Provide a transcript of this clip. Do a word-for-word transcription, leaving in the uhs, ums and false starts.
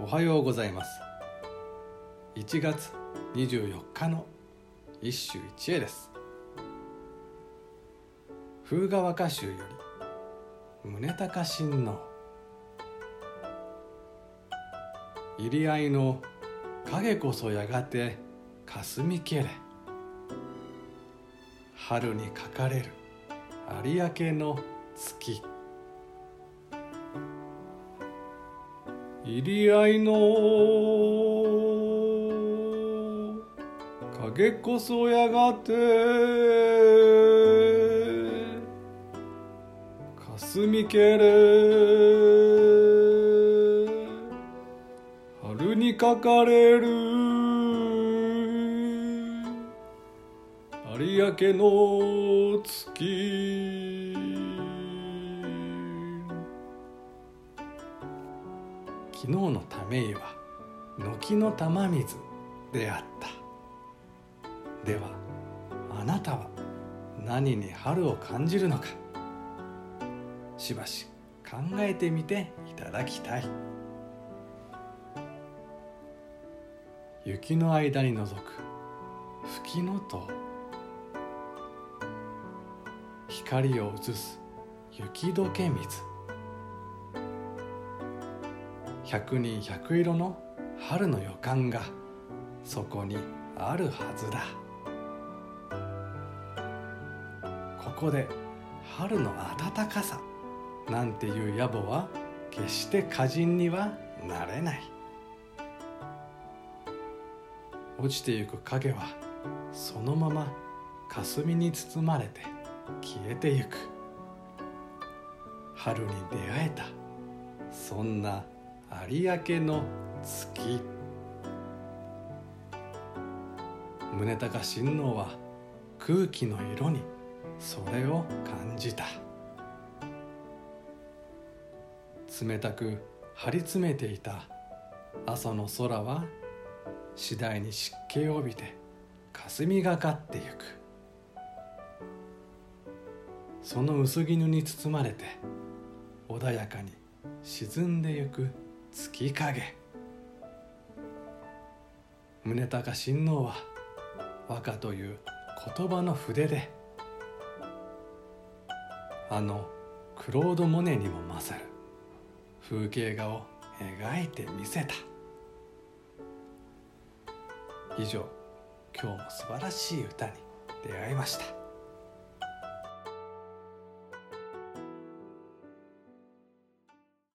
おはようございます。いちがつにじゅうよっかの一首一会です。風雅和歌集より宗高親王。入り合いの影こそやがて霞けれ、春にかかれる有明の月。入り合いの影こそやがて霞けれ、春にかかれる有明の月。昨日のためいは軒の玉水であった。ではあなたは何に春を感じるのか、しばし考えてみていただきたい。雪の間にのぞく吹きの塔、光を映す雪解け水、百人百色の春の予感がそこにあるはずだ。ここで春の暖かさなんていう野暮は決して歌人にはなれない。落ちてゆく影はそのまま霞に包まれて消えてゆく。春に出会えたそんな有明の月。宗高親王は空気の色にそれを感じた。冷たく張り詰めていた朝の空は次第に湿気を帯びて霞がかってゆく。その薄絹に包まれて穏やかに沈んでゆく月影。宗高親王は和歌という言葉の筆であのクロード・モネにも勝る風景画を描いてみせた。以上、今日も素晴らしい歌に出会いました。